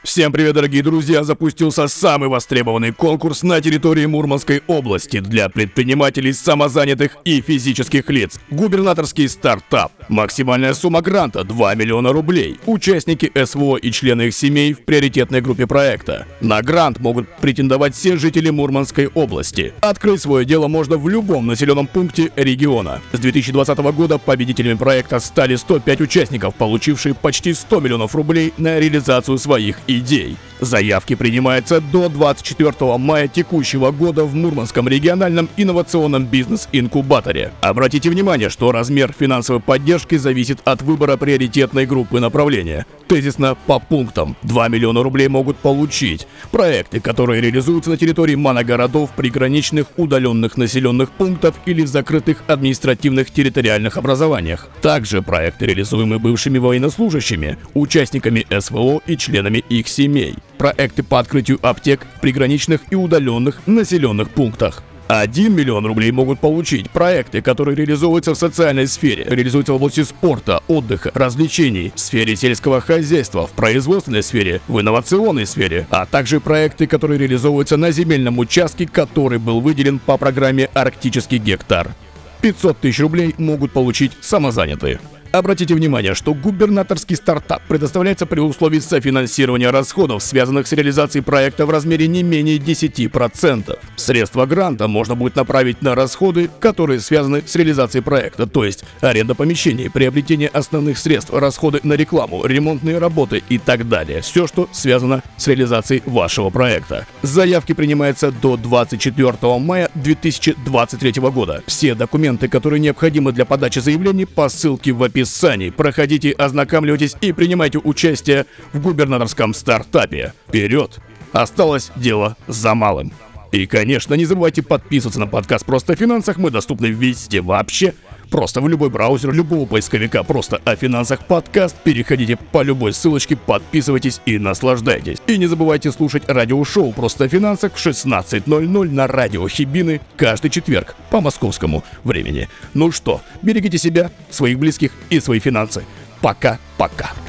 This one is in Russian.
Всем привет, дорогие друзья! Запустился самый востребованный конкурс на территории Мурманской области для предпринимателей, самозанятых и физических лиц. Губернаторский стартап. Максимальная сумма гранта – 2 миллиона рублей. Участники СВО и члены их семей в приоритетной группе проекта. На грант могут претендовать все жители Мурманской области. Открыть свое дело можно в любом населенном пункте региона. С 2020 года победителями проекта стали 105 участников, получившие почти 100 миллионов рублей на реализацию своих идей. Заявки принимаются до 24 мая текущего года в Мурманском региональном инновационном бизнес-инкубаторе. Обратите внимание, что размер финансовой поддержки зависит от выбора приоритетной группы направления. Тезисно по пунктам. 2 миллиона рублей могут получить проекты, которые реализуются на территории моногородов, приграничных, удаленных населенных пунктов или закрытых административных территориальных образованиях. Также проекты, реализуемые бывшими военнослужащими, участниками СВО и членами их семей. Проекты по открытию аптек в приграничных и удаленных населенных пунктах. 1 миллион рублей могут получить проекты, которые реализуются в социальной сфере, реализуются в области спорта, отдыха, развлечений, в сфере сельского хозяйства, в производственной сфере, в инновационной сфере, а также проекты, которые реализуются на земельном участке, который был выделен по программе «Арктический гектар». 500 тысяч рублей могут получить самозанятые. Обратите внимание, что губернаторский стартап предоставляется при условии софинансирования расходов, связанных с реализацией проекта в размере не менее 10%. Средства гранта можно будет направить на расходы, которые связаны с реализацией проекта, то есть аренда помещений, приобретение основных средств, расходы на рекламу, ремонтные работы и так далее. Все, что связано с реализацией вашего проекта. Заявки принимаются до 24 мая 2023 года. Все документы, которые необходимы для подачи заявлений, по ссылке в описании. Проходите, ознакомьтесь и принимайте участие в губернаторском стартапе. Вперед! Осталось дело за малым. И, конечно, не забывайте подписываться на подкаст «Просто о финансах». Мы доступны везде вообще. Просто в любой браузер, любого поисковика «Просто о финансах» подкаст. Переходите по любой ссылочке, подписывайтесь и наслаждайтесь. И не забывайте слушать радиошоу «Просто о финансах» в 16:00 на радио Хибины каждый четверг по московскому времени. Ну что, берегите себя, своих близких и свои финансы. Пока-пока.